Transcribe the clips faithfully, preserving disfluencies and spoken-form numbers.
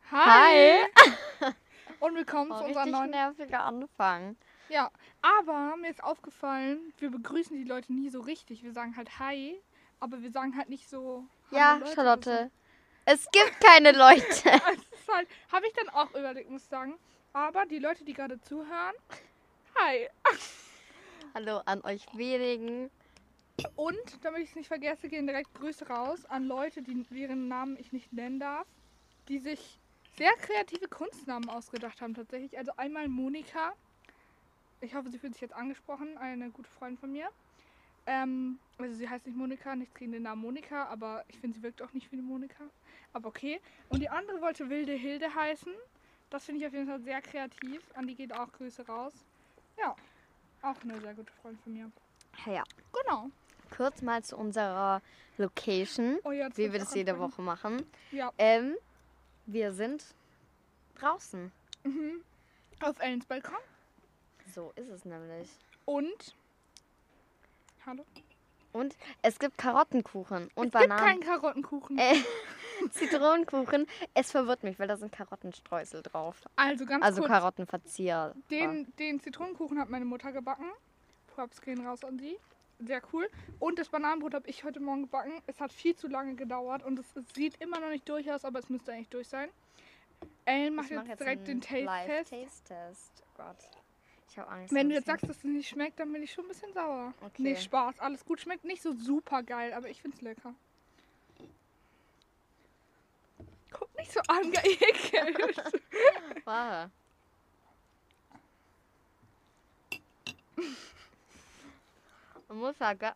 Hi! Und willkommen Oh, zu unserer richtig neuen... nerviger Anfang. Ja, aber mir ist aufgefallen, wir begrüßen die Leute nie so richtig. Wir sagen halt Hi, aber wir sagen halt nicht so... Hallo Ja, Leute, Charlotte. Es gibt keine Leute. Das ist halt, habe ich dann auch überlegt, muss ich sagen. Aber die Leute, die gerade zuhören, Hi! Hallo an euch wenigen. Und, damit ich es nicht vergesse, gehen direkt Grüße raus an Leute, die deren Namen ich nicht nennen darf, die sich sehr kreative Kunstnamen ausgedacht haben tatsächlich. Also einmal Monika. Ich hoffe, sie fühlt sich jetzt angesprochen, eine gute Freundin von mir. Ähm, also sie heißt nicht Monika, nichts gegen den Namen Monika, aber ich finde, sie wirkt auch nicht wie eine Monika. Aber okay. Und die andere wollte Wilde Hilde heißen. Das finde ich auf jeden Fall sehr kreativ. An die geht auch Grüße raus. Ja, auch eine sehr gute Freundin von mir. Ja, Genau. kurz mal zu unserer Location, Oh ja, jetzt wie will's wir auch das jede anfangen. Woche machen. Ja. Ähm, wir sind draußen. Mhm. Auf Ellens Balkon. So ist es nämlich. Und. Hallo? Und es gibt Karottenkuchen und Es gibt Bananen. keinen Karottenkuchen. Äh, Zitronenkuchen. Es verwirrt mich, weil da sind Karottenstreusel drauf. Also ganz Also kurz. Karottenverzieher. Den, den Zitronenkuchen hat meine Mutter gebacken. Props gehen raus an sie. Sehr cool. Und das Bananenbrot habe ich heute Morgen gebacken. Es hat viel zu lange gedauert und es, es sieht immer noch nicht durch aus, aber es müsste eigentlich durch sein. Ellen macht Ich jetzt, mach jetzt direkt einen den Taste-Test. Live-Taste-Test. Oh Gott. Ich habe Angst. Wenn ein du jetzt bisschen. sagst, dass es nicht schmeckt, dann bin ich schon ein bisschen sauer. Okay. Nee, Spaß. Alles gut. Schmeckt nicht so super geil, aber ich find's lecker. Guck nicht so angeekelt. Wow. Man muss sagen,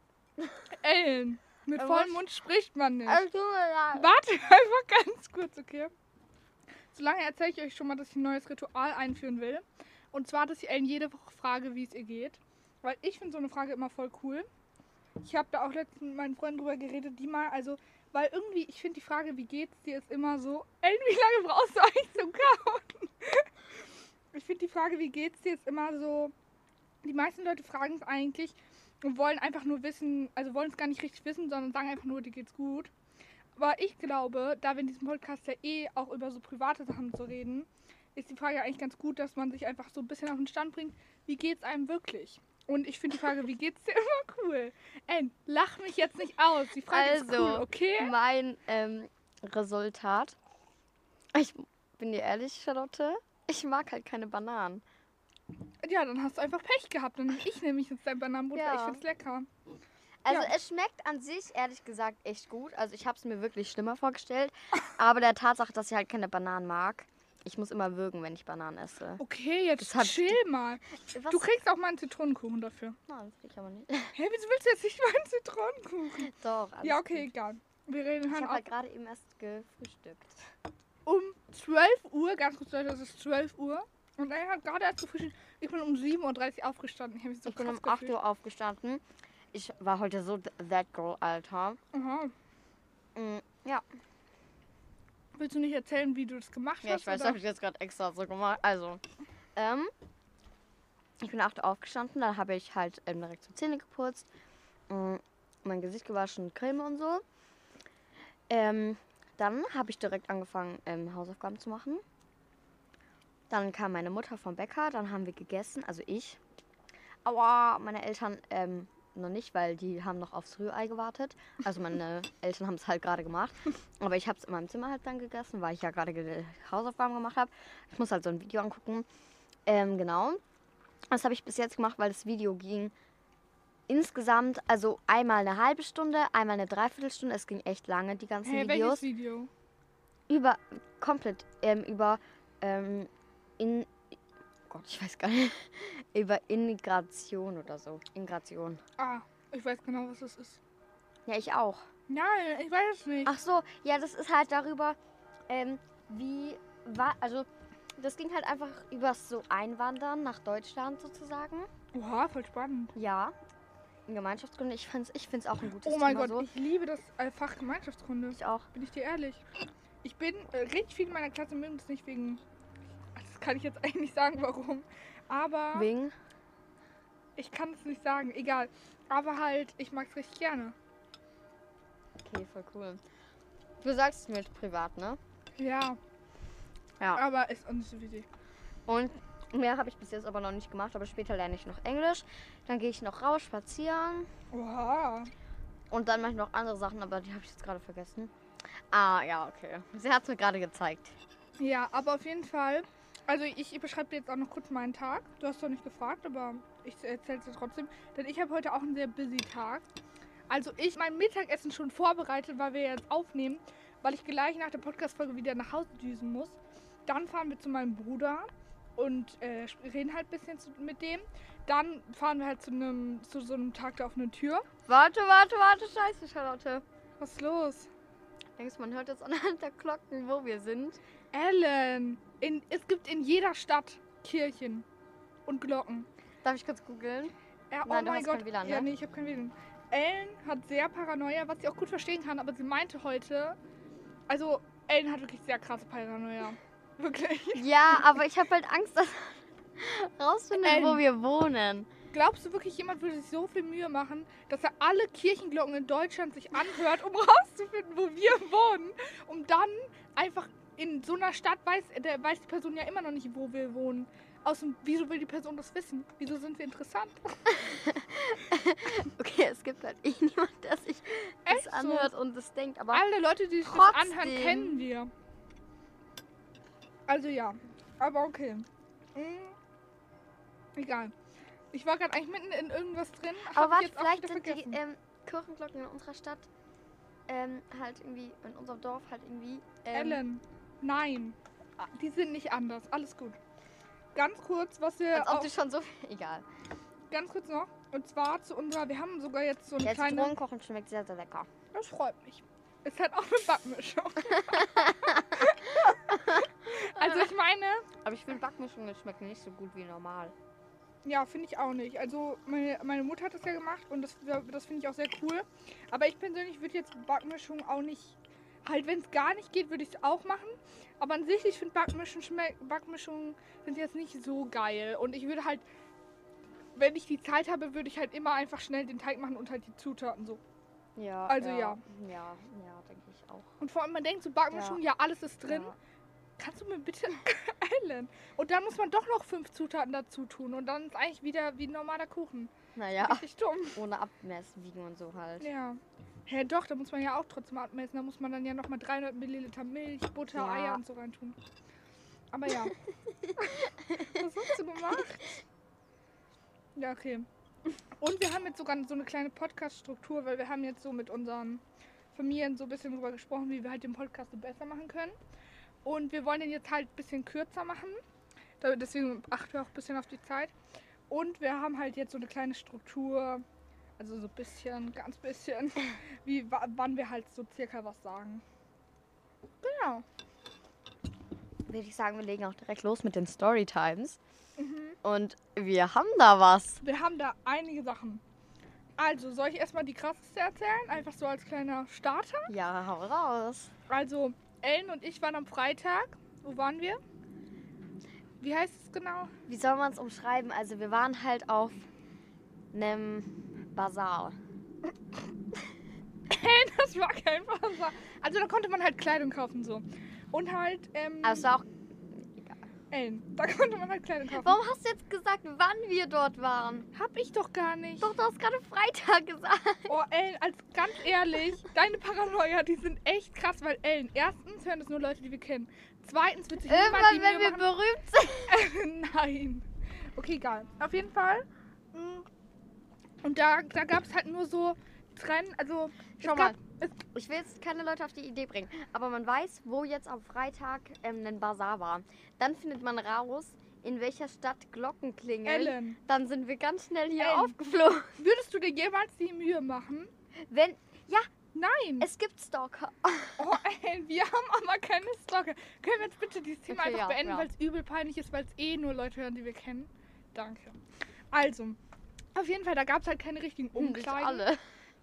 Ellen, mit Aber vollem was- Mund spricht man nicht. es tut mir leid. Warte einfach ganz kurz, okay? Solange erzähle ich euch schon mal, dass ich ein neues Ritual einführen will. Und zwar, dass ich Ellen jede Woche frage, wie es ihr geht. Weil ich finde so eine Frage immer voll cool. Ich habe da auch letztens mit meinen Freunden drüber geredet, die mal, also, weil irgendwie, ich finde die Frage, wie geht's dir, ist immer so, Ellen, wie lange brauchst du eigentlich zum Kauen? Ich finde die Frage, wie geht's dir, ist immer so, die meisten Leute fragen es eigentlich und wollen einfach nur wissen, also wollen es gar nicht richtig wissen, sondern sagen einfach nur, dir geht's gut. Aber ich glaube, da wir in diesem Podcast ja eh auch über so private Sachen zu reden, ist die Frage eigentlich ganz gut, dass man sich einfach so ein bisschen auf den Stand bringt, wie geht's einem wirklich? Und ich finde die Frage, wie geht's dir, immer cool. Ey, lach mich jetzt nicht aus. Die Frage ist Also, cool, okay? mein ähm, Resultat. Ich bin dir ehrlich, Charlotte, ich mag halt keine Bananen. Ja, dann hast du einfach Pech gehabt. Dann nehme ich nämlich jetzt dein Bananenbrot, weil Ja. ich find's lecker. Also Ja. es schmeckt an sich, ehrlich gesagt, echt gut. Also ich habe es mir wirklich schlimmer vorgestellt. Aber der Tatsache, dass ich halt keine Bananen mag, ich muss immer würgen, wenn ich Bananen esse. Okay, jetzt Das hat- chill mal. Was? Du kriegst auch mal einen Zitronenkuchen dafür. Nein, das will ich aber nicht. Hä, wieso willst du jetzt nicht mal einen Zitronenkuchen? Doch, alles Ja, okay, gut. egal. Wir reden Ich hören habe auf halt gerade eben erst gefrühstückt. um zwölf Uhr, ganz kurz Leute, es ist zwölf Uhr. Und er hat gerade erst gefrühstückt. Ich bin um sieben Uhr dreißig aufgestanden. Ich habe mich so Ich bin krass um acht gefühlt. Uhr aufgestanden. Ich war heute so that girl, Alter. Aha. Mm, ja, Willst du nicht erzählen, wie du das gemacht ja, hast? ich weiß, oder? habe ich jetzt gerade extra so gemacht. Also, ähm, ich bin acht Uhr aufgestanden, dann habe ich halt ähm, direkt so Zähne geputzt, mm, mein Gesicht gewaschen, Creme und so. Ähm, dann habe ich direkt angefangen, ähm, Hausaufgaben zu machen. Dann kam meine Mutter vom Bäcker, dann haben wir gegessen, also ich. Aber meine Eltern ähm, noch nicht, weil die haben noch aufs Rührei gewartet. Also meine Eltern haben es halt gerade gemacht. Aber ich habe es in meinem Zimmer halt dann gegessen, weil ich ja gerade ge- Hausaufgaben gemacht habe. Ich muss halt so ein Video angucken. Ähm, genau. Das habe ich bis jetzt gemacht, weil das Video ging insgesamt, also einmal eine halbe Stunde, einmal eine Dreiviertelstunde. Es ging echt lange, die ganzen Hey, Videos. welches Video? Über, komplett, ähm, über, ähm, in, Gott, ich weiß gar nicht, über Integration oder so. Integration. Ah, ich weiß genau, was das ist. Ja, ich auch. Nein, ich weiß es nicht. Ach so, ja, das ist halt darüber, ähm, wie, war, also, das ging halt einfach über so Einwandern nach Deutschland sozusagen. Oha, voll spannend. Ja, in Gemeinschaftskunde, ich find's, ich find's auch ein gutes Oh mein Thema Gott, so. ich liebe das äh, Fach Gemeinschaftskunde. Ich auch. Bin ich dir ehrlich. Ich bin, äh, richtig viele in meiner Klasse mögen das nicht wegen, das kann ich jetzt eigentlich nicht sagen, warum. Aber Wing. ich kann es nicht sagen, egal. Aber halt, ich mag es richtig gerne. Okay, voll cool. Du sagst es mir privat, ne? Ja. Ja. Aber ist auch nicht so wichtig. Und mehr habe ich bis jetzt aber noch nicht gemacht, aber später lerne ich noch Englisch. Dann gehe ich noch raus, spazieren. Oha. Und dann mache ich noch andere Sachen, aber die habe ich jetzt gerade vergessen. Ah, ja, okay. Sie hat es mir gerade gezeigt. Ja, aber auf jeden Fall. Also ich beschreibe dir jetzt auch noch kurz meinen Tag. Du hast doch nicht gefragt, aber ich erzähle es dir trotzdem. Denn ich habe heute auch einen sehr busy Tag. Also ich mein Mittagessen schon vorbereitet, weil wir jetzt aufnehmen, weil ich gleich nach der Podcast-Folge wieder nach Hause düsen muss. Dann fahren wir zu meinem Bruder und äh, reden halt ein bisschen zu, mit dem. Dann fahren wir halt zu, einem, zu so einem Tag der offenen Tür. Warte, warte, warte, scheiße, Charlotte. Was ist los? Denkst du, man hört jetzt anhand der Glocken, wo wir sind? Ellen, in, es gibt in jeder Stadt Kirchen und Glocken. Darf ich kurz googeln? Ja, oh Nein, du mein hast Gott. kein W L A N, Ja, ne? nee, ich habe kein W L A N. Ellen hat sehr Paranoia, was ich auch gut verstehen kann, aber sie meinte heute, also Ellen hat wirklich sehr krasse Paranoia. Wirklich. Ja, aber ich habe halt Angst, dass man rausfindet, Ähm. wo wir wohnen. Glaubst du wirklich, jemand würde sich so viel Mühe machen, dass er alle Kirchenglocken in Deutschland sich anhört, um rauszufinden, wo wir wohnen? Um dann einfach in so einer Stadt weiß, der weiß die Person ja immer noch nicht, wo wir wohnen. Außerdem, wieso will die Person das wissen? Wieso sind wir interessant? Okay, es gibt halt eh niemand, der sich das Echt so? anhört und das denkt, aber Alle Leute, die sich das trotzdem. anhören, kennen wir. Also ja, aber okay. Hm. Egal. Ich war gerade eigentlich mitten in irgendwas drin. hab aber ich warte, jetzt auch vielleicht wieder sind die vergessen. ähm, Kirchenglocken in unserer Stadt ähm, halt irgendwie, in unserem Dorf halt irgendwie. Ähm, Ellen, nein. Die sind nicht anders. Alles gut. Ganz kurz, was wir Als ob auch, die schon so. Egal. ganz kurz noch. Und zwar zu unserer, wir haben sogar jetzt so eine Jetzt kleine. Zitronenkochen schmeckt sehr, sehr lecker. Das freut mich. Ist halt auch eine Backmischung. Also ich meine, Aber ich finde Backmischungen schmecken nicht so gut wie normal. ja, finde ich auch nicht. Also meine, meine Mutter hat das ja gemacht und das, das finde ich auch sehr cool. Aber ich persönlich würde jetzt Backmischung auch nicht, halt wenn es gar nicht geht, würde ich es auch machen. Aber an sich, ich finde Backmischungen, schmeck- Backmischungen sind jetzt nicht so geil. Und ich würde halt, wenn ich die Zeit habe, würde ich halt immer einfach schnell den Teig machen und halt die Zutaten so. Ja. Also ja. ja. Ja, ja, denke ich auch. Und vor allem, man denkt so Backmischung, ja, alles ist drin. Ja. Kannst du mir bitte Ellen? Und dann muss man doch noch fünf Zutaten dazu tun. Und dann ist eigentlich wieder wie ein normaler Kuchen. Naja, Richtig dumm. ohne Abmessen, wiegen und so halt. Ja. Hä, doch, da muss man ja auch trotzdem abmessen. Da muss man dann ja nochmal dreihundert Milliliter Milch, Butter, Ja. Eier und so reintun. Aber ja. Was hast du gemacht? Ja, okay. Und wir haben jetzt sogar so eine kleine Podcast-Struktur, weil wir haben jetzt so mit unseren Familien so ein bisschen drüber gesprochen, wie wir halt den Podcast so besser machen können. Und wir wollen den jetzt halt ein bisschen kürzer machen. Da- Deswegen achten wir auch ein bisschen auf die Zeit. Und wir haben halt jetzt so eine kleine Struktur, also so ein bisschen, ganz bisschen, wie wa- wann wir halt so circa was sagen. Genau. Würde ich sagen, wir legen auch direkt los mit den Storytimes. Mhm. Und wir haben da was. Wir haben da einige Sachen. Also, soll ich erstmal die krasseste erzählen? Einfach so als kleiner Starter. Ja, hau raus. Also, Ellen und ich waren am Freitag. Wo waren wir? Wie heißt es genau? Wie soll man es umschreiben? Also wir waren halt auf einem Bazar. Das war kein Bazar. Also, da konnte man halt Kleidung kaufen so. Und halt, ähm, Aber es war auch... Ellen, da konnte man halt Kleidung kaufen. Warum hast du jetzt gesagt, wann wir dort waren? Hab ich doch gar nicht. Doch, du hast gerade Freitag gesagt. Oh, Ellen, als ganz ehrlich, deine Paranoia, die sind echt krass, weil Ellen, erstens hören das nur Leute, die wir kennen. Zweitens wird sich niemand Irgendwann, die wenn Mühe wir berühmt sind. machen. Nein. Okay, egal. Auf jeden Fall. mm, Und da, da gab es halt nur so Trennen, also Schau es mal, gab, es, ich will jetzt keine Leute auf die Idee bringen, aber man weiß, wo jetzt am Freitag ähm, ein Bazar war. Dann findet man raus, in welcher Stadt Glocken klingeln. Ellen, Dann sind wir ganz schnell hier Ellen. aufgeflogen. würdest du dir jemals die Mühe machen? Wenn, ja, Nein. es gibt Stalker. Oh, Ellen, wir haben aber keine Stalker. Können wir jetzt bitte dieses Thema Okay, einfach ja, beenden, ja. weil es übel peinlich ist, weil es eh nur Leute hören, die wir kennen? Danke. Also, auf jeden Fall, da gab es halt keine richtigen Hm, Nicht Umkleiden. alle.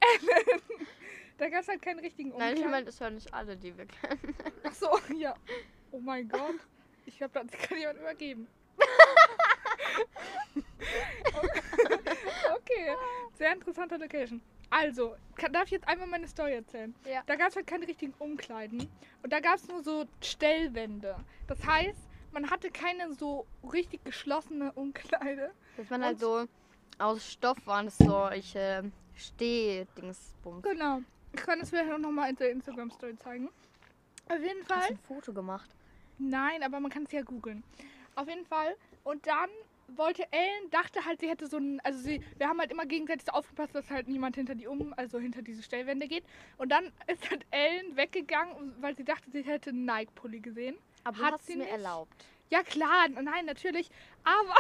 Da gab es halt keine richtigen Nein, Umkleiden. ich meine, das hören nicht alle, die wir kennen. Ach so, ja. Oh mein Gott. Ich glaube, da hat sich gerade jemand übergeben. Okay, sehr interessante Location. Also, kann, darf ich jetzt einmal meine Story erzählen? Ja. Da gab es halt keine richtigen Umkleiden. Und da gab es nur so Stellwände. Das heißt, man hatte keine so richtig geschlossene Umkleide. Das waren halt Und- so, aus Stoff waren es solche Steh-Dingsbums. Genau. Ich kann das vielleicht auch nochmal in der Instagram-Story zeigen. Auf jeden Hast du Fall. ein Foto gemacht? Nein, aber man kann es ja googeln. Auf jeden Fall. Und dann wollte Ellen, dachte halt, sie hätte so ein, also sie, wir haben halt immer gegenseitig so aufgepasst, dass halt niemand hinter die um, also hinter diese Stellwände geht. Und dann ist halt Ellen weggegangen, weil sie dachte, sie hätte einen Nike-Pulli gesehen. Aber du Hat hast sie es mir nicht? erlaubt. Ja klar, nein, natürlich. Aber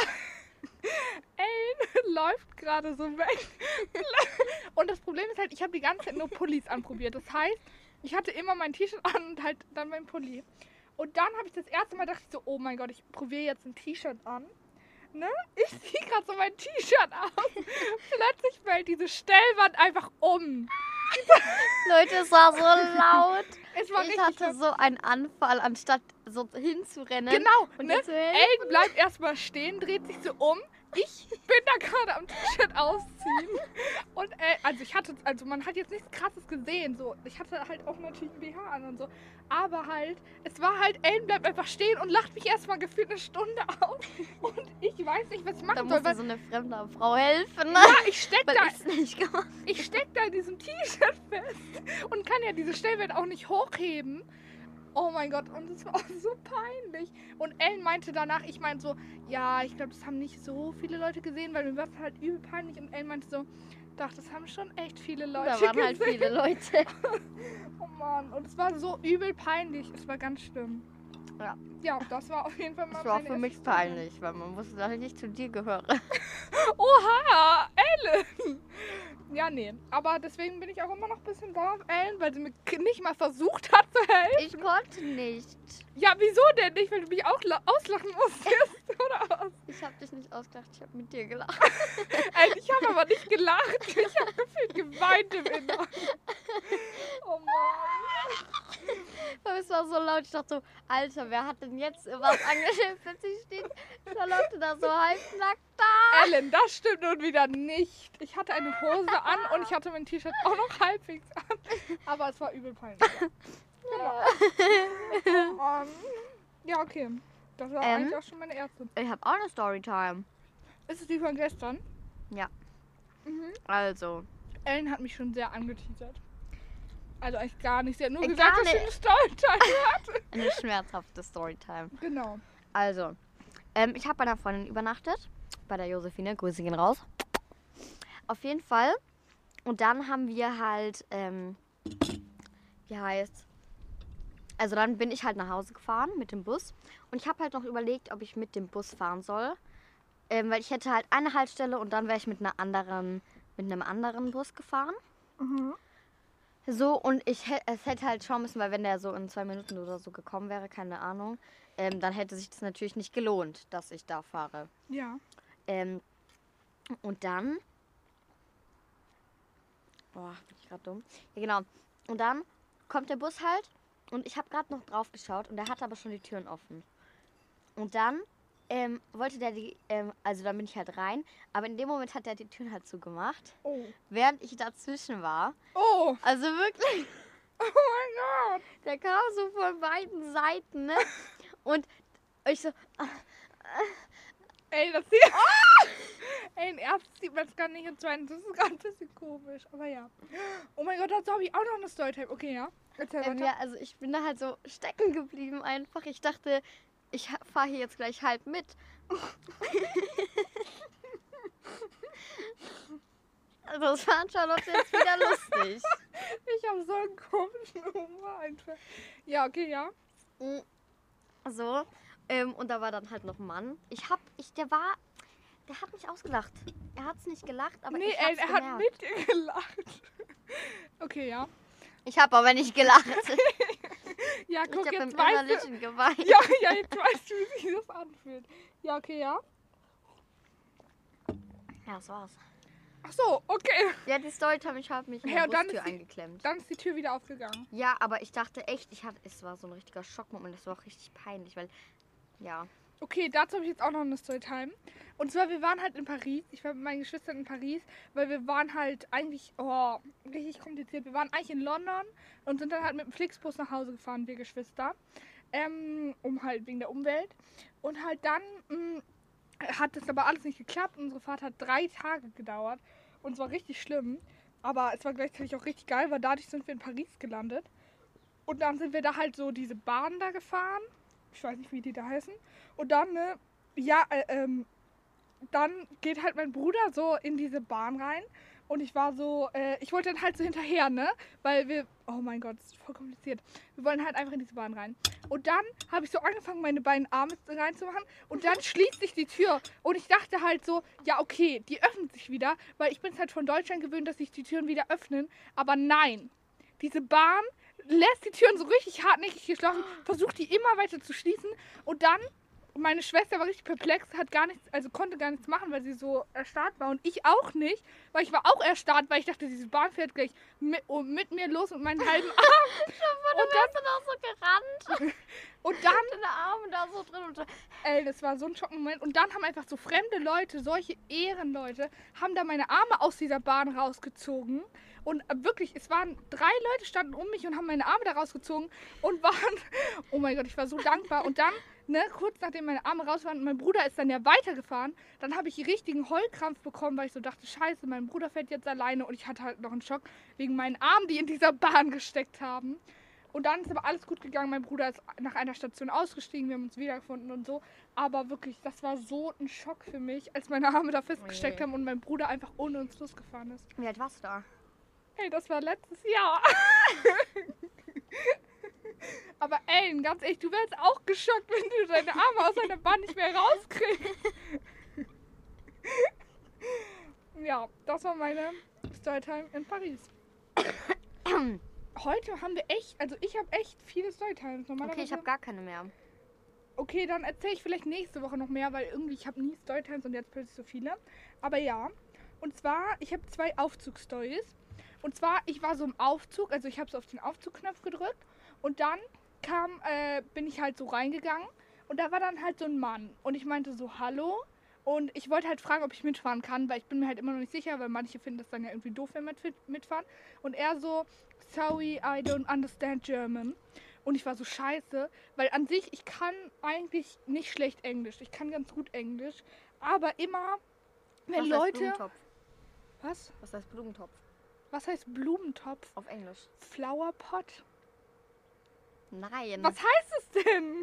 Ellen läuft gerade so weg. Und das Problem ist halt, ich habe die ganze Zeit nur Pullis anprobiert. Das heißt, ich hatte immer mein T-Shirt an und halt dann mein Pulli. Und dann habe ich das erste Mal gedacht, so, oh mein Gott, ich probiere jetzt ein T-Shirt an. Ne? Ich ziehe gerade so mein T-Shirt aus. Plötzlich fällt diese Stellwand einfach um. Leute, es war so laut. Es war Ich richtig hatte heftig. so einen Anfall, anstatt so hinzurennen. Genau, Und ne? dir zu helfen. Ellen bleibt erstmal stehen, dreht sich so um. Ich bin da gerade am T-Shirt ausziehen. Und äh, also ich hatte, also man hat jetzt nichts krasses gesehen. So, ich hatte halt auch natürlich ein B H an und so. Aber halt, es war halt, Ellen bleibt einfach stehen und lacht mich erstmal gefühlt eine Stunde aus. Und ich weiß nicht, was ich Da machen soll. musste Weil, so eine fremde Frau helfen. Ne? ja, ich steck Weil da, ich es nicht gemacht. ich steck da in diesem T-Shirt fest und kann ja diese Stellwände auch nicht hochheben. Oh mein Gott, und es war auch so peinlich. Und Ellen meinte danach, ich meinte so, ja, ich glaube, das haben nicht so viele Leute gesehen, weil mir war es halt übel peinlich. Und Ellen meinte so, doch, das haben schon echt viele Leute Da waren gesehen. halt viele Leute. Oh Mann, und es war so übel peinlich. Es war ganz schlimm. Ja. Ja, das war auf jeden Fall mal Das war auch meine für erste mich Story. peinlich, weil man wusste, dass ich nicht zu dir gehöre. Oha, Ellen! Ja, nee. Aber deswegen bin ich auch immer noch ein bisschen sauer auf Ellen, weil sie mir k- nicht mal versucht hat zu helfen. Ich konnte nicht. Ja, wieso denn nicht? Weil du mich auch la- auslachen musstest, oder was? Ich habe dich nicht ausgedacht, ich habe mit dir gelacht. Ellen, ich habe aber nicht gelacht. Ich habe gefühlt geweint im Inneren. Oh Mann. Aber es war so laut, ich dachte so, Alter, wer hat denn jetzt was angeschimpft? Plötzlich steht Charlotte da so halbnackt da. Ellen, das stimmt nun wieder nicht. Ich hatte eine Hose an und ich hatte mein T-Shirt auch noch halbwegs an. Aber es war übel peinlich. Genau. Oh Mann. Ja, okay. Das war Ähm? eigentlich auch schon meine erste. Ich habe auch eine Storytime. Ist es die von gestern? Ja. Mhm. Also, Ellen hat mich schon sehr angeteasert. Also eigentlich gar nicht. Sie hat nur Äh, gesagt, gar dass sie eine nicht. Storytime hat. eine schmerzhafte Storytime. Genau. Also, ähm, ich habe bei einer Freundin übernachtet. Bei der Josephine. Grüße gehen raus. Auf jeden Fall. Und dann haben wir halt, ähm, wie heißt Also dann bin ich halt nach Hause gefahren mit dem Bus. Und ich habe halt noch überlegt, ob ich mit dem Bus fahren soll. Ähm, weil ich hätte halt eine Haltestelle und dann wäre ich mit einer anderen, mit einem anderen Bus gefahren. Mhm. So, und ich hä- es hätte halt schauen müssen, weil wenn der so in zwei Minuten oder so gekommen wäre, keine Ahnung, ähm, dann hätte sich das natürlich nicht gelohnt, dass ich da fahre. Ja. Ähm, und dann. Boah, bin ich gerade dumm. Ja, genau. Und dann kommt der Bus halt und ich habe gerade noch drauf geschaut und der hatte aber schon die Türen offen. Und dann ähm, wollte der die, ähm, also dann bin ich halt rein, aber in dem Moment hat er die Türen halt zugemacht, Oh. während ich dazwischen war. Oh. Also wirklich, Oh mein Gott. der kam so von beiden Seiten, ne? Und ich so, Ey, das sieht... Oh! Ey, in ersten sieht man es gar nicht, in zweiten. Das ist gerade ein bisschen komisch. Aber ja. Oh mein Gott, dazu habe ich auch noch eine Storytime. Okay, ja. Erzähl Ähm, weiter. ja, also ich bin da halt so stecken geblieben einfach. Ich dachte, ich fahre hier jetzt gleich halb mit. Also das fand Charlotte jetzt wieder lustig. Ich habe so einen komischen Humor einfach. Ja, okay, ja. So, ähm, und da war dann halt noch ein Mann. Ich hab, ich, der war, der hat mich ausgelacht. Er hat's nicht gelacht, aber nee, ich ey, hab's er gemerkt. hat mit dir gelacht. Okay, ja. Ich hab aber nicht gelacht. Ja, Ich guck, hab im jetzt weißt du... Innerlichen geweint. Ja, ja, jetzt weißt du, wie sich das anfühlt. Ja, okay, ja. Ja, das war's. Ach so, okay. Ja, die Storytime, ich habe mich in Ja, der und dann Bustür ist die- eingeklemmt. Dann ist die Tür wieder aufgegangen. Ja, aber ich dachte echt, ich hatte, es war so ein richtiger Schockmoment. Das war auch richtig peinlich, weil, ja. Okay, dazu habe ich jetzt auch noch eine Storytime. Und zwar, wir waren halt in Paris. Ich war mit meinen Geschwistern in Paris, weil wir waren halt eigentlich, oh, richtig kompliziert. Wir waren eigentlich in London und sind dann halt mit dem Flixbus nach Hause gefahren, wir Geschwister. Ähm, um halt wegen der Umwelt. Und halt dann mh, hat das aber alles nicht geklappt. Unsere Fahrt hat drei Tage gedauert. Und es war richtig schlimm. Aber es war gleichzeitig auch richtig geil, weil dadurch sind wir in Paris gelandet. Und dann sind wir da halt so diese Bahn da gefahren. Ich weiß nicht, wie die da heißen. Und dann, ne, ja, äh, ähm, dann geht halt mein Bruder so in diese Bahn rein. Und ich war so, äh, ich wollte dann halt so hinterher, ne? Weil wir, oh mein Gott, das ist voll kompliziert. Wir wollen halt einfach in diese Bahn rein. Und dann habe ich so angefangen, meine beiden Arme reinzumachen. Und dann schließt sich die Tür. Und ich dachte halt so, ja okay, die öffnet sich wieder. Weil ich bin es halt von Deutschland gewöhnt, dass sich die Türen wieder öffnen. Aber nein, diese Bahn lässt die Türen so richtig hartnäckig geschlossen, versucht die immer weiter zu schließen. Und dann, meine Schwester war richtig perplex, hat gar nichts, also konnte gar nichts machen, weil sie so erstarrt war. Und ich auch nicht, weil ich war auch erstarrt, weil ich dachte, diese Bahn fährt gleich mit, oh, mit mir los mit meinen halben Armen. Und dann sind auch so gerannt. Und dann, Deine Arme da so drin. Und so. ey, das war so ein Schockmoment. Und dann haben einfach so fremde Leute, solche Ehrenleute, haben da meine Arme aus dieser Bahn rausgezogen. Und wirklich, es waren drei Leute standen um mich und haben meine Arme da rausgezogen und waren, oh mein Gott, ich war so dankbar. Und dann, ne, kurz nachdem meine Arme raus waren, mein Bruder ist dann ja weitergefahren, dann habe ich richtigen Heulkrampf bekommen, weil ich so dachte, scheiße, mein Bruder fährt jetzt alleine. Und ich hatte halt noch einen Schock wegen meinen Armen, die in dieser Bahn gesteckt haben. Und dann ist aber alles gut gegangen. Mein Bruder ist nach einer Station ausgestiegen, wir haben uns wiedergefunden und so. Aber wirklich, das war so ein Schock für mich, als meine Arme da festgesteckt Okay. haben und mein Bruder einfach ohne uns losgefahren ist. Wie alt warst du da? Hey, das war letztes Jahr. Aber ey, ganz ehrlich, du wärst auch geschockt, wenn du deine Arme aus deiner Bahn nicht mehr rauskriegst. Ja, das war meine Storytime in Paris. Heute haben wir echt, also ich habe echt viele Storytimes. Okay, ich habe gar keine mehr. Okay, dann erzähle ich vielleicht nächste Woche noch mehr, weil irgendwie ich habe nie Storytimes und jetzt plötzlich so viele. Aber ja, und zwar, ich habe zwei Aufzugstories. Und zwar, ich war so im Aufzug, also ich habe so auf den Aufzugknopf gedrückt und dann kam, äh, bin ich halt so reingegangen und da war dann halt so ein Mann und ich meinte so, hallo, und ich wollte halt fragen, ob ich mitfahren kann, weil ich bin mir halt immer noch nicht sicher, weil manche finden das dann ja irgendwie doof, wenn wir mitfahren. Und er so, sorry, I don't understand German. Und ich war so scheiße, weil an sich, ich kann eigentlich nicht schlecht Englisch, ich kann ganz gut Englisch, aber immer, wenn Was heißt Leute... Blumentopf? Was? Was heißt Blumentopf? Was heißt Blumentopf? Auf Englisch. Flowerpot? Nein. Was heißt es denn?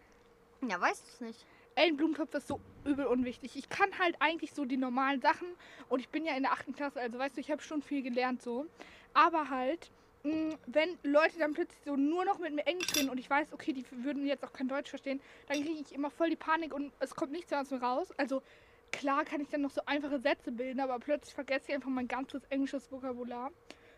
Ja, weißt du es nicht. Ey, ein Blumentopf ist so übel unwichtig. Ich kann halt eigentlich so die normalen Sachen und ich bin ja in der achten Klasse, also weißt du, ich habe schon viel gelernt so. Aber halt, mh, wenn Leute dann plötzlich so nur noch mit mir Englisch reden und ich weiß, okay, die würden jetzt auch kein Deutsch verstehen, dann kriege ich immer voll die Panik und es kommt nichts mehr aus mir raus. Also klar kann ich dann noch so einfache Sätze bilden, aber plötzlich vergesse ich einfach mein ganzes englisches Vokabular.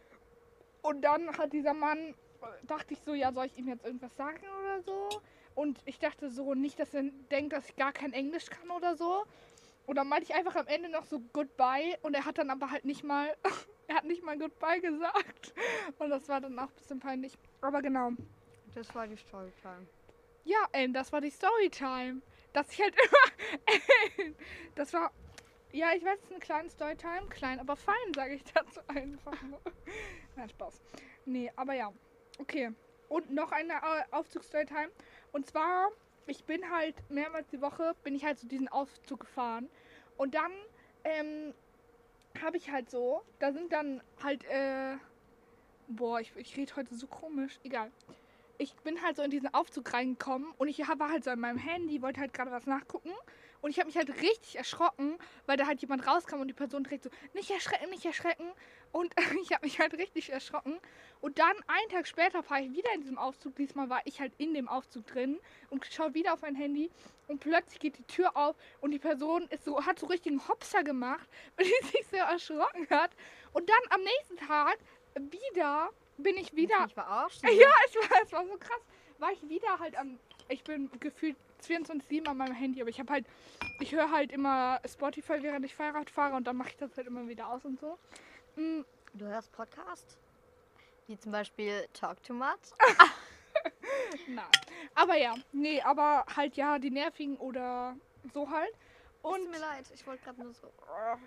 Und dann hat dieser Mann, dachte ich so, ja, soll ich ihm jetzt irgendwas sagen oder so? Und ich dachte so, nicht, dass er denkt, dass ich gar kein Englisch kann oder so. Und dann meinte ich einfach am Ende noch so Goodbye und er hat dann aber halt nicht mal, er hat nicht mal Goodbye gesagt. Und das war dann auch ein bisschen peinlich. Aber genau. Das war die Storytime. Ja, ey, das war die Storytime. Dass ich halt immer, das war, ja, ich weiß, es ist eine kleine Storytime. Klein, aber fein, sage ich dazu einfach nur. Nein, Spaß. Nee, aber ja. Okay. Und noch eine äh, Aufzugsstorytime. Und zwar, ich bin halt mehrmals die Woche, bin ich halt so diesen Aufzug gefahren. Und dann, ähm, habe ich halt so, da sind dann halt, äh, boah, ich, ich rede heute so komisch, egal. Ich bin halt so in diesen Aufzug reingekommen und ich war halt so an meinem Handy, wollte halt gerade was nachgucken. Und ich habe mich halt richtig erschrocken, weil da halt jemand rauskam und die Person direkt so, nicht erschrecken, nicht erschrecken. Und ich habe mich halt richtig erschrocken. Und dann, einen Tag später, fahre ich wieder in diesem Aufzug. Diesmal war ich halt in dem Aufzug drin und schaue wieder auf mein Handy. Und plötzlich geht die Tür auf und die Person ist so, hat so richtigen Hopser gemacht, weil die sich so erschrocken hat. Und dann am nächsten Tag wieder bin ich wieder... Ich verarscht. Ja, es war, es war so krass. War ich wieder halt am... Ich bin gefühlt vierundzwanzig sieben an meinem Handy, aber ich habe halt... Ich höre halt immer Spotify, während ich Fahrrad fahre und dann mache ich das halt immer wieder aus und so. Mm. Du hörst Podcast? Wie zum Beispiel Talk Too Much? Nein. Aber ja, nee, aber halt ja, die nervigen oder so halt. Und Tut mir leid, ich wollte gerade nur so.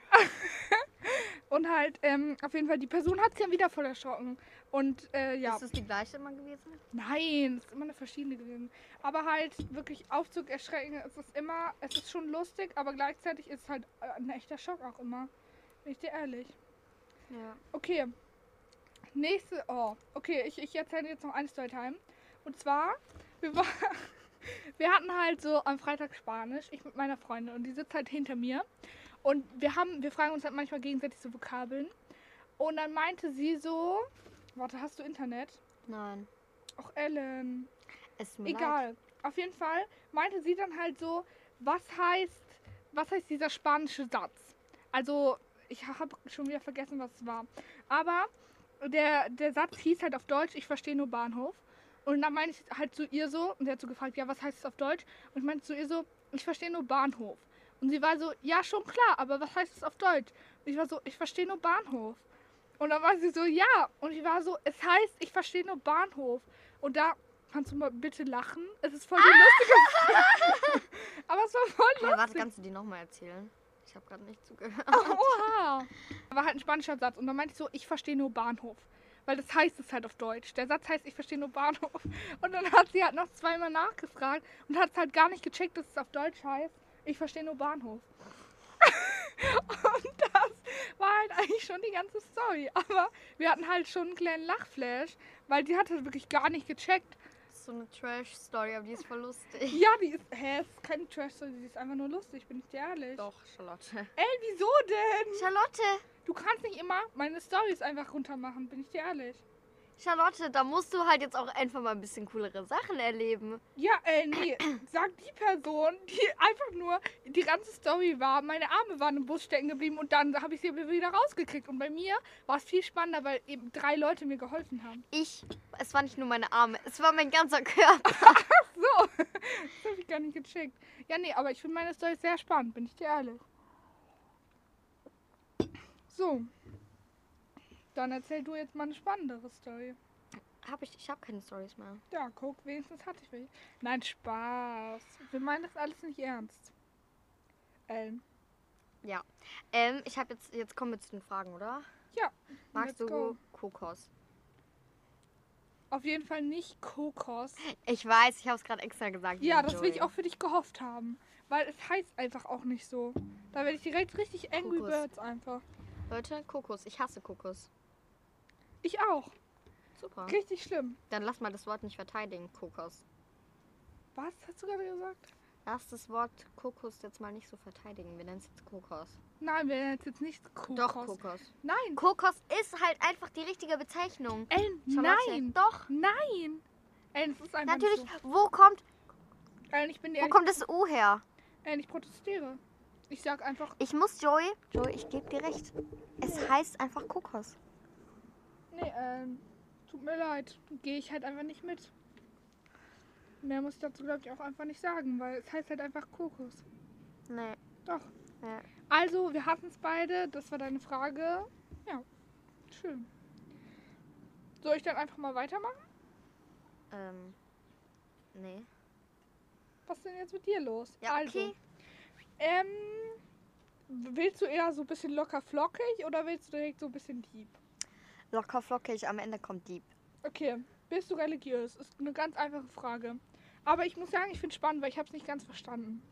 Und halt, ähm, auf jeden Fall, die Person hat sich dann wieder voll erschrocken. Und, äh, ja. Ist das die gleiche immer gewesen? Nein, es ist immer eine verschiedene gewesen. Aber halt, wirklich Aufzug erschrecken, es ist immer, es ist schon lustig, aber gleichzeitig ist es halt ein echter Schock auch immer. Bin ich dir ehrlich. Ja. Okay. Nächste, oh, okay, ich, ich erzähle jetzt noch ein Storytime. Und zwar, wir, war, wir hatten halt so am Freitag Spanisch, ich mit meiner Freundin, und die sitzt halt hinter mir. Und wir haben, wir fragen uns halt manchmal gegenseitig so Vokabeln. Und dann meinte sie so, warte, hast du Internet? Nein. Ach, Ellen. Es tut mir Egal. leid. Auf jeden Fall meinte sie dann halt so, was heißt, was heißt dieser spanische Satz? Also, ich habe schon wieder vergessen, was es war. Aber der, der Satz hieß halt auf Deutsch, ich verstehe nur Bahnhof. Und dann meinte ich halt zu ihr so, und sie hat so gefragt, ja, was heißt es auf Deutsch? Und ich meinte zu ihr so, ich verstehe nur Bahnhof. Und sie war so, ja, schon klar, aber was heißt es auf Deutsch? Und ich war so, ich verstehe nur Bahnhof. Und dann war sie so, ja. Und ich war so, es heißt, ich verstehe nur Bahnhof. Und da, kannst du mal bitte lachen? Es ist voll die lustige Frage. Aber es war voll lustig. Ja, warte, kannst du die nochmal erzählen? Ich habe gerade nicht zugehört. Oha. War halt ein spanischer Satz. Und dann meinte ich so, ich verstehe nur Bahnhof. Weil das heißt es halt auf Deutsch. Der Satz heißt, ich verstehe nur Bahnhof. Und dann hat sie halt noch zweimal nachgefragt und hat es halt gar nicht gecheckt, dass es auf Deutsch heißt, ich verstehe nur Bahnhof. Und das war halt eigentlich schon die ganze Story. Aber wir hatten halt schon einen kleinen Lachflash, weil die hat halt wirklich gar nicht gecheckt. Das ist so eine Trash-Story, aber die ist voll lustig. Ja, die ist, hä, es ist keine Trash-Story, die ist einfach nur lustig, bin ich dir ehrlich. Doch, Charlotte. Ey, wieso denn? Charlotte! Du kannst nicht immer meine Storys einfach runter machen, bin ich dir ehrlich. Charlotte, da musst du halt jetzt auch einfach mal ein bisschen coolere Sachen erleben. Ja, ey, nee, sag die Person, die einfach nur die ganze Story war, meine Arme waren im Bus stecken geblieben und dann habe ich sie wieder rausgekriegt. Und bei mir war es viel spannender, weil eben drei Leute mir geholfen haben. Ich, es war nicht nur meine Arme, es war mein ganzer Körper. So, das habe ich gar nicht gecheckt. Ja, nee, aber ich finde meine Story sehr spannend, bin ich dir ehrlich. So, dann erzähl du jetzt mal eine spannendere Story. Hab ich, ich habe keine Stories mehr. Ja, guck, wenigstens hatte ich welche. Nein, Spaß. Wir meinen das alles nicht ernst. Ellen. Ja. Ähm, ich habe jetzt, jetzt kommen wir zu den Fragen, oder? Ja. Magst let's du go. Kokos? Auf jeden Fall nicht Kokos. Ich weiß, ich habe es gerade extra gesagt. Ja, das will Joey. ich auch für dich gehofft haben. Weil es heißt einfach auch nicht so. Da werde ich direkt richtig Angry Kokos. Birds einfach. Leute, Kokos. Ich hasse Kokos. Ich auch. Super. Richtig schlimm. Dann lass mal das Wort nicht verteidigen, Kokos. Was hast du gerade gesagt? Lass das Wort Kokos jetzt mal nicht so verteidigen. Wir nennen es jetzt Kokos. Nein, wir nennen es jetzt nicht Kokos. Doch, Kokos. Nein. Kokos ist halt einfach die richtige Bezeichnung. Ellen, Charlotte, nein. Doch. Nein. Ellen, es ist einfach Natürlich, nicht wo kommt, so. Ellen, ich bin dir wo ehrlich, kommt das U her? Ellen, ich protestiere. Ich sag einfach, Ich muss, Joey, Joey, ich gebe dir recht. Es heißt einfach Kokos. nee, ähm, tut mir leid. Gehe ich halt einfach nicht mit. Mehr muss ich dazu, glaube ich, auch einfach nicht sagen, weil es heißt halt einfach Kokos. Nee. Doch. Ja. Also, wir hatten es beide. Das war deine Frage. Ja, schön. Soll ich dann einfach mal weitermachen? Ähm. Nee. Was ist denn jetzt mit dir los? Ja, also, okay. ähm, willst du eher so ein bisschen locker flockig oder willst du direkt so ein bisschen deep? Locker flockig, am Ende kommt Dieb. Okay, bist du religiös? Ist eine ganz einfache Frage. Aber ich muss sagen, ich finde es spannend, weil ich habe es nicht ganz verstanden.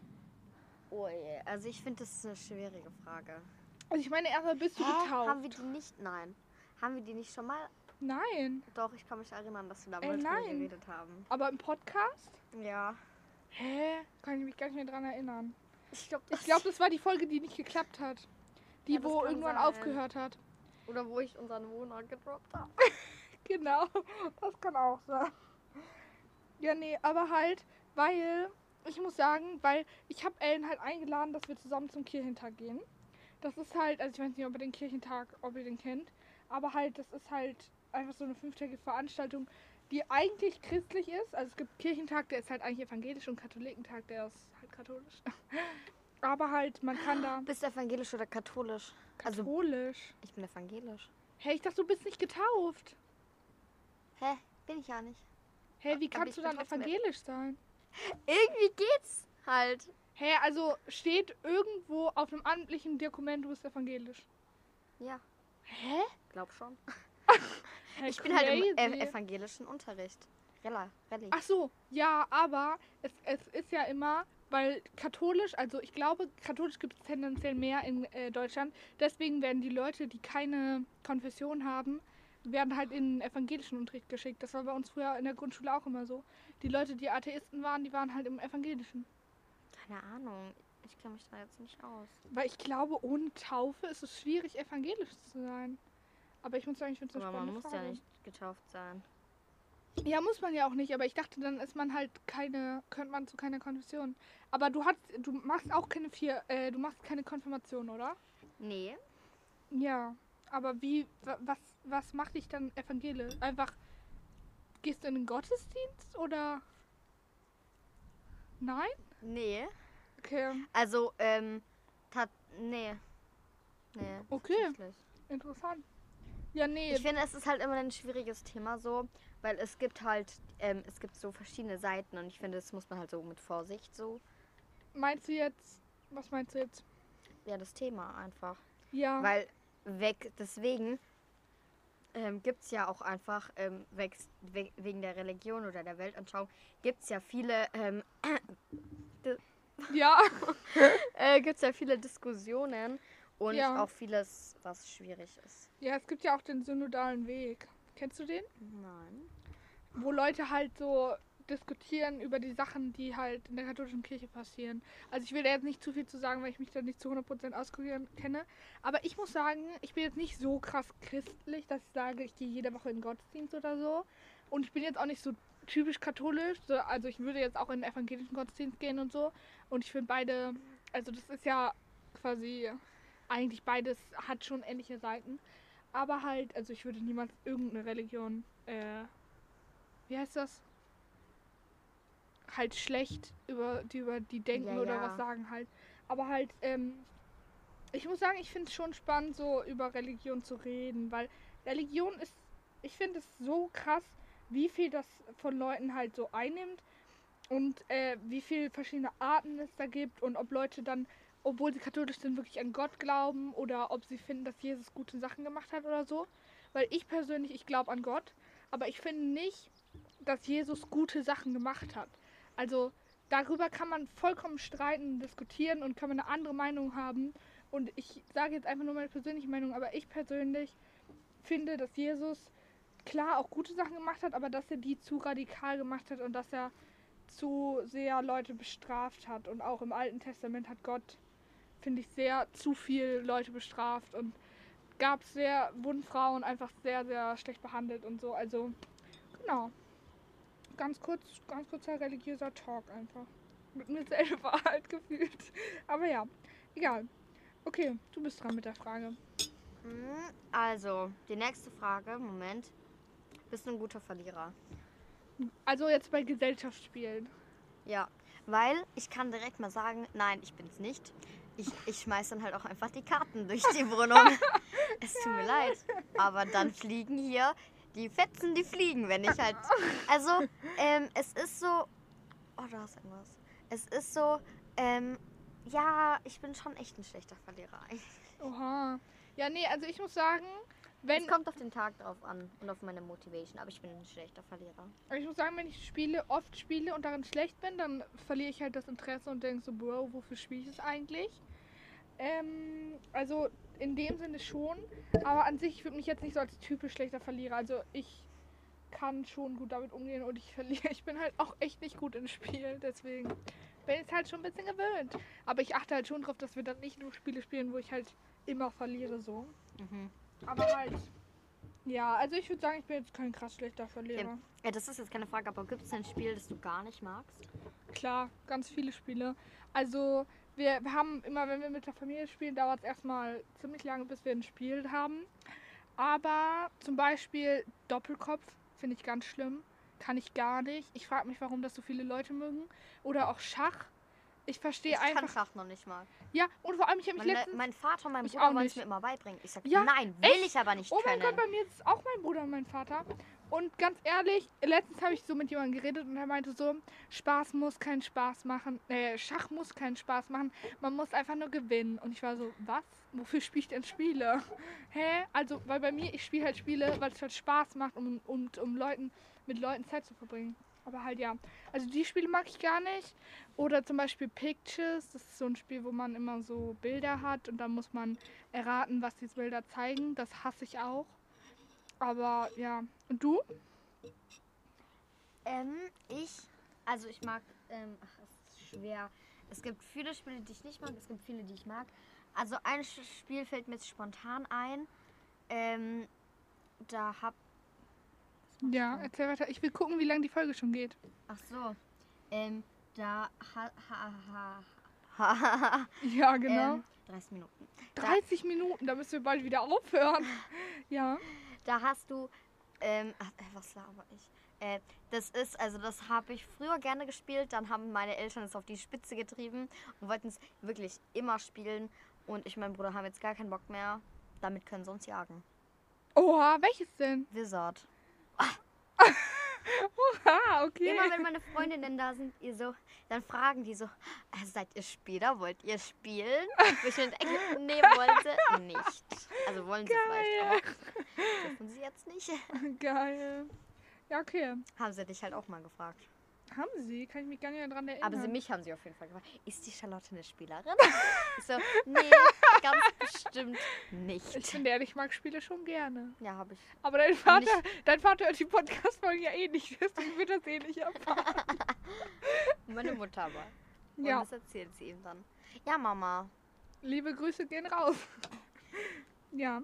Oh je. Also ich finde, das ist eine schwierige Frage. Also ich meine, erstmal bist du Hä? getauft. Haben wir die nicht? Nein. Haben wir die nicht schon mal? Nein. Doch, ich kann mich erinnern, dass wir da Ey, mal drüber nein. geredet haben. Aber im Podcast? Ja. Hä? Kann ich mich gar nicht mehr dran erinnern. Ich glaube, Ich glaube, das war die Folge, die nicht geklappt hat. Die, Ja, das wo kann irgendwann sein. aufgehört hat. Oder wo ich unseren Wohnort gedroppt habe. Genau, das kann auch sein. Ja, nee, aber halt, weil, ich muss sagen, weil ich habe Ellen halt eingeladen, dass wir zusammen zum Kirchentag gehen. Das ist halt, also ich weiß nicht, ob ihr den Kirchentag, ob ihr den kennt, aber halt, das ist halt einfach so eine fünftägige Veranstaltung, die eigentlich christlich ist. Also es gibt Kirchentag, der ist halt eigentlich evangelisch, und Katholikentag, der ist halt katholisch. Aber halt, man kann da... Bist du evangelisch oder katholisch? Also, Katholisch? ich bin evangelisch. Hey, ich dachte, du bist nicht getauft. Hä? Bin ich ja nicht. Hey, wie Aber kannst ich du bin dann trotzdem- evangelisch sein? Irgendwie geht's halt. Hä, also steht irgendwo auf einem amtlichen Dokument, du bist evangelisch. Ja, Hä? glaub schon. Hey, Ich bin halt im crazy. äh, evangelischen Unterricht. Rella, Rallye. Ach so, ja, aber es, es ist ja immer, weil katholisch, also ich glaube, katholisch gibt es tendenziell mehr in äh, Deutschland. Deswegen werden die Leute, die keine Konfession haben, werden halt in den evangelischen Unterricht geschickt. Das war bei uns früher in der Grundschule auch immer so. Die Leute, die Atheisten waren, die waren halt im evangelischen. Keine Ahnung. Ich kenne mich da jetzt nicht aus. Weil ich glaube, ohne Taufe ist es schwierig, evangelisch zu sein. Aber ich muss sagen, ich finde es eine Aber man spannende muss Frage. ja nicht getauft sein. Ja, muss man ja auch nicht, aber ich dachte, dann ist man halt keine, könnte man zu keiner Konfession. Aber du hast, du machst auch keine vier, äh, du machst keine Konfirmation, oder? Nee. Ja. Aber wie, wa- was, was macht dich dann evangelisch? Einfach, gehst du in den Gottesdienst oder? Nein? Nee. Okay, Also, ähm, tat. Nee. Nee. Okay. tatsächlich. interessant. Ja, nee. Ich finde, es ist halt immer ein schwieriges Thema so, weil es gibt halt, ähm, es gibt so verschiedene Seiten und ich finde, das muss man halt so mit Vorsicht so, Meinst du jetzt, was meinst du jetzt? ja, das Thema einfach. Ja. Weil weg, deswegen ähm, gibt es ja auch einfach, ähm, weg, we- wegen der Religion oder der Weltanschauung, gibt es ja viele, ähm, Ja. äh, gibt's ja viele Diskussionen und Ja. auch vieles, was schwierig ist. Ja, es gibt ja auch den synodalen Weg. Kennst du den? Nein. Wo Leute halt so diskutieren über die Sachen, die halt in der katholischen Kirche passieren. Also ich will da jetzt nicht zu viel zu sagen, weil ich mich da nicht zu hundert Prozent auskenne. Aber ich muss sagen, ich bin jetzt nicht so krass christlich, dass ich sage, ich gehe jede Woche in den Gottesdienst oder so. Und ich bin jetzt auch nicht so typisch katholisch. So, also ich würde jetzt auch in den evangelischen Gottesdienst gehen und so. Und ich finde beide, also das ist ja quasi, eigentlich beides hat schon ähnliche Seiten. Aber halt, also ich würde niemals irgendeine Religion, äh, wie heißt das? Halt schlecht über die, über die denken Ja, oder ja. was sagen halt. Aber halt, ähm, ich muss sagen, ich finde es schon spannend, so über Religion zu reden, weil Religion ist, ich finde es so krass, wie viel das von Leuten halt so einnimmt und äh, wie viel verschiedene Arten es da gibt und ob Leute dann, obwohl sie katholisch sind, wirklich an Gott glauben oder ob sie finden, dass Jesus gute Sachen gemacht hat oder so. Weil ich persönlich, ich glaube an Gott, aber ich finde nicht, dass Jesus gute Sachen gemacht hat. Also darüber kann man vollkommen streiten, diskutieren und kann man eine andere Meinung haben. Und ich sage jetzt einfach nur meine persönliche Meinung, aber ich persönlich finde, dass Jesus klar auch gute Sachen gemacht hat, aber dass er die zu radikal gemacht hat und dass er zu sehr Leute bestraft hat. Und auch im Alten Testament hat Gott, finde ich, sehr zu viel Leute bestraft und gab sehr, wurden Frauen einfach sehr, sehr schlecht behandelt und so. Also, genau. Ganz kurz, ganz kurzer religiöser Talk einfach. Mit mir selber halt gefühlt. Aber ja, egal. Okay, du bist dran mit der Frage. Hm, Also, die nächste Frage, Moment. Bist du ein guter Verlierer? Also jetzt bei Gesellschaftsspielen. Ja, weil ich kann direkt mal sagen, nein, ich bin's nicht. Ich, ich schmeiß dann halt auch einfach die Karten durch die Wohnung. Es tut mir leid. Aber dann fliegen hier die Fetzen, die fliegen, wenn ich halt. Also, ähm, es ist so. Oh, da ist irgendwas. Es ist so, ähm, ja, ich bin schon echt ein schlechter Verlierer eigentlich. Oha. Ja, nee, also ich muss sagen, wenn Es kommt auf den Tag drauf an und auf meine Motivation, aber ich bin ein schlechter Verlierer. ich muss sagen, wenn ich Spiele oft spiele und darin schlecht bin, dann verliere ich halt das Interesse und denke so, Bro, wofür spiele ich es eigentlich? Ähm, also in dem Sinne schon, aber an sich, ich würde mich jetzt nicht so als typisch schlechter Verlierer. Also ich kann schon gut damit umgehen und ich verliere. Ich bin halt auch echt nicht gut im Spiel, deswegen bin ich halt schon ein bisschen gewöhnt. Aber ich achte halt schon drauf, dass wir dann nicht nur Spiele spielen, wo ich halt immer verliere so. Mhm. Aber halt, ja, also ich würde sagen, ich bin jetzt kein krass schlechter Verlierer. Ja, das ist jetzt keine Frage, aber gibt es ein Spiel, das du gar nicht magst? Klar, ganz viele Spiele. Also wir, wir haben immer, wenn wir mit der Familie spielen, dauert es erstmal ziemlich lange, bis wir ein Spiel haben. Aber zum Beispiel Doppelkopf finde ich ganz schlimm. Kann ich gar nicht. Ich frage mich, warum das so viele Leute mögen. Oder auch Schach. Ich verstehe Ich kann einfach. Schach noch nicht mal. Ja, und vor allem, ich habe mich Meine, letztens. mein Vater und mein Ich Bruder auch wollen es nicht. mir immer beibringen. Ich sage, Ja, nein, will echt? ich aber nicht Oh mein können. Gott, bei mir ist es auch mein Bruder und mein Vater. Und ganz ehrlich, letztens habe ich so mit jemandem geredet und er meinte so, Spaß muss keinen Spaß machen, äh, Schach muss keinen Spaß machen, man muss einfach nur gewinnen. Und ich war so, was? Wofür spiele ich denn Spiele? Hä? Also, weil bei mir, ich spiele halt Spiele, weil es halt Spaß macht, um, um, um Leuten, mit Leuten Zeit zu verbringen. Aber halt ja, also die Spiele mag ich gar nicht. Oder zum Beispiel Pictures, das ist so ein Spiel, wo man immer so Bilder hat und dann muss man erraten, was diese Bilder zeigen. Das hasse ich auch. Aber ja, und du? Ähm, ich, also ich mag, ähm, ach, es ist schwer. Es gibt viele Spiele, die ich nicht mag, es gibt viele, die ich mag. Also ein Sch- Spiel fällt mir jetzt spontan ein. Ähm, da hab, Ja, du? erzähl weiter. Ich will gucken, wie lange die Folge schon geht. ach so, ähm, da, ha, ha, ha, ha, ha, Ja, genau. ähm, dreißig Minuten. dreißig Minuten, da müssen wir bald wieder aufhören. Ja. Da hast du, ähm, ach, äh, was laber ich? Äh, das ist, also das habe ich früher gerne gespielt, dann haben meine Eltern es auf die Spitze getrieben und wollten es wirklich immer spielen. Und ich und mein Bruder haben jetzt gar keinen Bock mehr. Damit können sie uns jagen. Oha, welches denn? Wizard. Oha, okay. Immer wenn meine Freundinnen da sind, ihr so, dann fragen die so, "Ah, seid ihr Spieler? Wollt ihr spielen? Wo ich mir denke, nee, wollte nicht. Also wollen sie vielleicht, aber dürfen sie jetzt nicht. Geil. Ja, okay. Haben sie dich halt auch mal gefragt. Haben sie? Kann ich mich gar nicht mehr dran erinnern. Aber sie, mich haben sie auf jeden Fall gefragt. Ist die Charlotte eine Spielerin? Ich so, nee, ganz bestimmt nicht. Ich finde ehrlich, ich mag Spiele schon gerne. Ja, habe ich. Aber dein Vater, dein Vater hört die Podcast-Folge ja eh nicht, deswegen wird das eh nicht erfahren. Meine Mutter aber. Und Ja, das erzählt sie ihm dann. Ja, Mama. liebe Grüße gehen raus. Ja.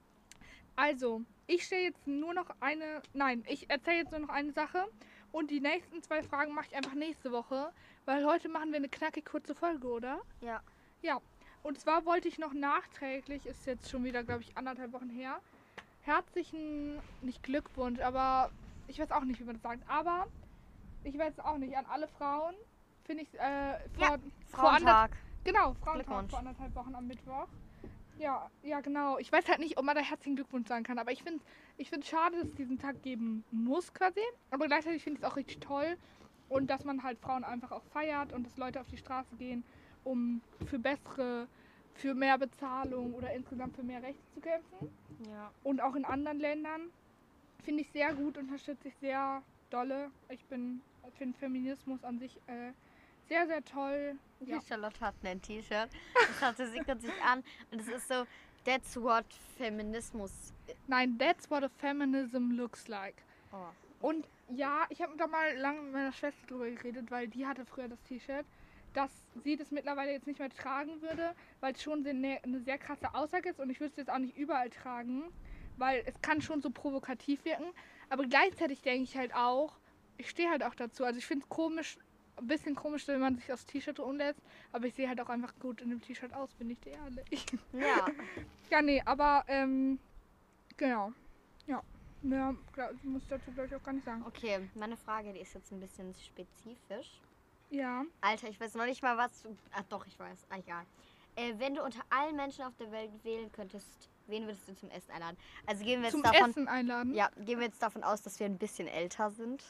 Also, ich stelle jetzt nur noch eine, nein, ich erzähle jetzt nur noch eine Sache und die nächsten zwei Fragen mache ich einfach nächste Woche, weil heute machen wir eine knackig kurze Folge, oder? Ja. Ja. Und zwar wollte ich noch nachträglich, ist jetzt schon wieder, glaube ich, anderthalb Wochen her, herzlichen, nicht Glückwunsch, aber ich weiß auch nicht, wie man das sagt, aber ich weiß auch nicht, an alle Frauen, finde ich, äh, vor, Ja, vor ander- Frauentag. Genau, Frauentag Glückwunsch. vor anderthalb Wochen am Mittwoch. Ja, ja, genau. Ich weiß halt nicht, ob man da herzlichen Glückwunsch sagen kann, aber ich finde ich finde schade, dass es diesen Tag geben muss quasi. Aber gleichzeitig finde ich es auch richtig toll und dass man halt Frauen einfach auch feiert und dass Leute auf die Straße gehen, um für bessere, für mehr Bezahlung oder insgesamt für mehr Rechte zu kämpfen. Ja. Und auch in anderen Ländern finde ich sehr gut, unterstütze ich sehr dolle. Ich bin finde Feminismus an sich äh, sehr, sehr toll. Ja. Die Charlotte hat ein T-Shirt. Das hatte sie kürzlich an. Und es ist so, that's what Feminismus. Nein, that's what a feminism looks like. Oh. Und ja, ich habe da mal lange mit meiner Schwester drüber geredet, weil die hatte früher das T-Shirt, dass sie das mittlerweile jetzt nicht mehr tragen würde, weil es schon eine, eine sehr krasse Aussage ist und ich würde es jetzt auch nicht überall tragen, weil es kann schon so provokativ wirken. Aber gleichzeitig denke ich halt auch, ich stehe halt auch dazu. Also ich finde es komisch, ein bisschen komisch, wenn man sich aufs T-Shirt umlässt, aber ich sehe halt auch einfach gut in dem T-Shirt aus, bin ich dir ehrlich. Ja. Ja, nee, aber ähm, genau. Ja. Mehr glaub, muss ich dazu glaube ich auch gar nicht sagen. Okay, meine Frage, die ist jetzt ein bisschen spezifisch. Ja. Alter, ich weiß noch nicht mal was. Du, ach doch, ich weiß. Ah, egal. Äh, wenn du unter allen Menschen auf der Welt wählen könntest, wen würdest du zum Essen einladen? Also gehen wir jetzt Zum davon. Essen einladen? Ja, gehen wir jetzt davon aus, dass wir ein bisschen älter sind.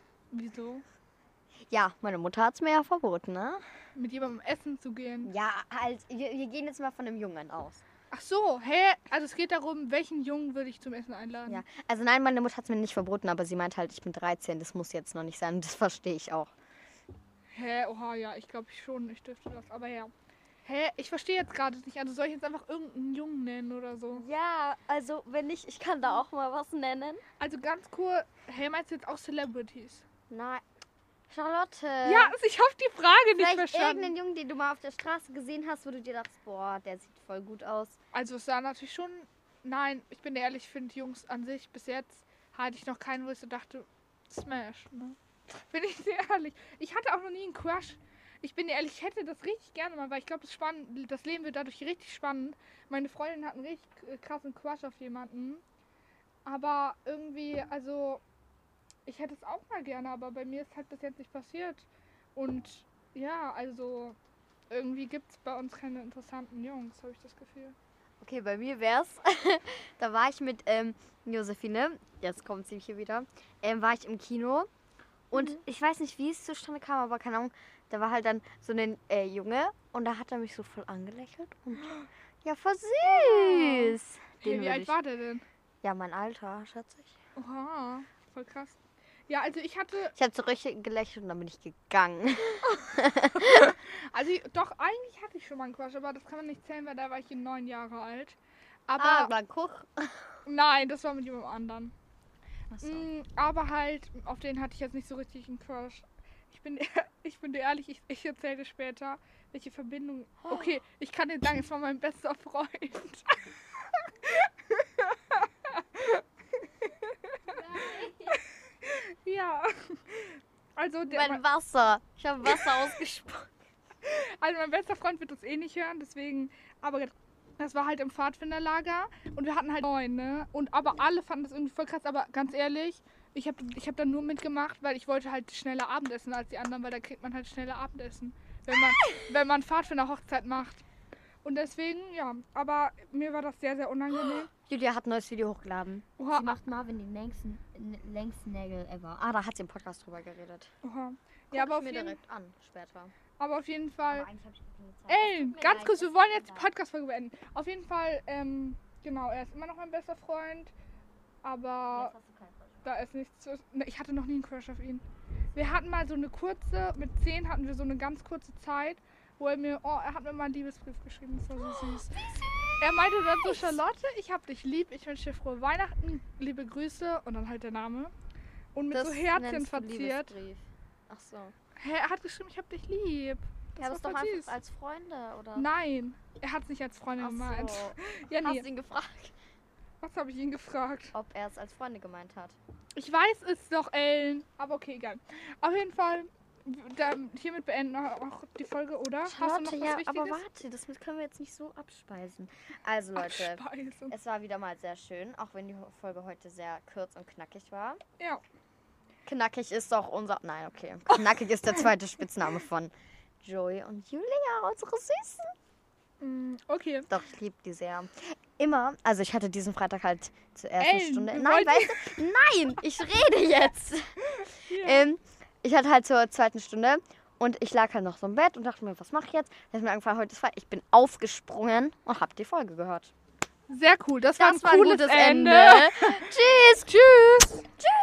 Wieso? Ja, meine Mutter hat es mir ja verboten, ne? Mit jemandem essen zu gehen. Ja, halt, wir, wir gehen jetzt mal von einem Jungen aus. Ach so, hä? Also es geht darum, welchen Jungen würde ich zum Essen einladen? Ja, also nein, meine Mutter hat es mir nicht verboten, aber sie meint halt, ich bin dreizehn, das muss jetzt noch nicht sein. Das verstehe ich auch. Hä? Oha, ja, ich glaube schon, ich dürfte das. Aber ja. Hä? Ich verstehe jetzt gerade nicht. Also soll ich jetzt einfach irgendeinen Jungen nennen oder so? Ja, also wenn nicht, ich kann da auch mal was nennen. Also ganz cool, hä, meinst du jetzt auch Celebrities? Nein. Charlotte. Ja, also ich habe die Frage nicht Vielleicht verstanden. irgendeinen Jungen, den du mal auf der Straße gesehen hast, wo du dir dachtest, boah, der sieht voll gut aus. Also es sah natürlich schon. Nein, ich bin ehrlich, ich finde Jungs an sich bis jetzt hatte ich noch keinen, wo ich so dachte, Smash, ne? Bin ich sehr ehrlich. Ich hatte auch noch nie einen Crush. Ich bin ehrlich, ich hätte das richtig gerne mal, weil ich glaube, das, spannend- das Leben wird dadurch richtig spannend. Meine Freundin hat einen richtig äh, krassen Crush auf jemanden. Aber irgendwie, also, ich hätte es auch mal gerne, aber bei mir ist halt bis jetzt nicht passiert. Und ja, also, irgendwie gibt es bei uns keine interessanten Jungs, habe ich das Gefühl. Okay, bei mir wär's. Da war ich mit ähm, Josephine, jetzt kommt sie hier wieder, ähm, war ich im Kino. Und mhm. ich weiß nicht, wie es zustande kam, aber keine Ahnung, da war halt dann so ein äh, Junge und da hat er mich so voll angelächelt. Und ja, voll süß. Hey, Den wie alt ich, war der denn? Ja, mein Alter, schätze ich. Oha, voll krass. Ja, also ich hatte... Ich habe so richtig gelächelt und dann bin ich gegangen. Also ich, doch, eigentlich hatte ich schon mal einen Crush, aber das kann man nicht zählen, weil da war ich neun Jahre alt. Aber ah, war Koch? Nein, das war mit jemandem anderen. Ach so. Mm, aber halt, auf den hatte ich jetzt nicht so richtig einen Crush. Ich bin, ich bin dir ehrlich, ich, ich erzähle dir später, welche Verbindung... Okay, ich kann dir sagen, es war mein bester Freund. Ja. Also der mein Wasser. Ich habe Wasser ausgesprochen. Also mein bester Freund wird das eh nicht hören, deswegen... Aber das war halt im Pfadfinderlager und wir hatten halt neun, ne? Und aber alle fanden das irgendwie voll krass, aber ganz ehrlich, ich habe ich hab dann nur mitgemacht, weil ich wollte halt schneller Abendessen als die anderen, weil da kriegt man halt schneller Abendessen, wenn man, wenn man Pfadfinder-Hochzeit macht. Und deswegen, ja, aber mir war das sehr, sehr unangenehm. Julia hat ein neues Video hochgeladen. Oha. Sie macht Marvin den längsten, längsten Nägel ever. Ah, da hat sie im Podcast drüber geredet. Oha. Guck Ja, aber ich auf mir jeden, direkt an, später. aber auf jeden Fall... Aber eigentlich hab ich keine Zeit. Ellen, ganz kurz, wir wollen jetzt die Podcast-Folge beenden. Auf jeden Fall, ähm, genau, er ist immer noch mein bester Freund, aber Jetzt hast du keinen Crush. da ist nichts zu... Ne, ich hatte noch nie einen Crush auf ihn. Wir hatten mal so eine kurze, mit zehn hatten wir so eine ganz kurze Zeit, wo er mir, oh, er hat mir mal einen Liebesbrief geschrieben, das war so süß. Er meinte dann so, Charlotte, ich hab dich lieb, ich wünsche dir frohe Weihnachten, liebe Grüße und dann halt der Name. Und mit Das so Herzchen nennst du verziert. Liebesbrief. Ach so. Hä, er hat geschrieben, ich hab dich lieb. Das Ja, war das ist doch voll einfach süß. als Freunde, oder? Nein, er hat es nicht als Freunde Ach gemeint. so. Ja, Hast nee. du ihn gefragt, Was habe ich ihn gefragt? ob er es als Freunde gemeint hat? Ich weiß es doch, Ellen. Aber okay, egal. Auf jeden Fall, da, hiermit beenden wir auch die Folge, oder? Hast du noch was ja, Wichtiges? aber warte, das können wir jetzt nicht so abspeisen. Also Leute, Abspeisen. es war wieder mal sehr schön, auch wenn die Folge heute sehr kurz und knackig war. Ja. Knackig ist doch unser... Nein, okay. Knackig ist der zweite Spitzname von Joey und Julia, unsere Süßen. Mm, okay. Doch, ich liebe die sehr. Immer, also ich hatte diesen Freitag halt zur ersten Ellen, Stunde... wir Nein, wollten- weißt du? Nein, ich rede jetzt. Ja. Ähm, ich hatte halt zur zweiten Stunde und ich lag halt noch so im Bett und dachte mir, was mache ich jetzt? Dann ist mir angefangen, heute ist Freitag. Ich bin aufgesprungen und habe die Folge gehört. Sehr cool. Das, war Das ein war ein cooles gutes Ende. Ende. Tschüss. Tschüss. Tschüss.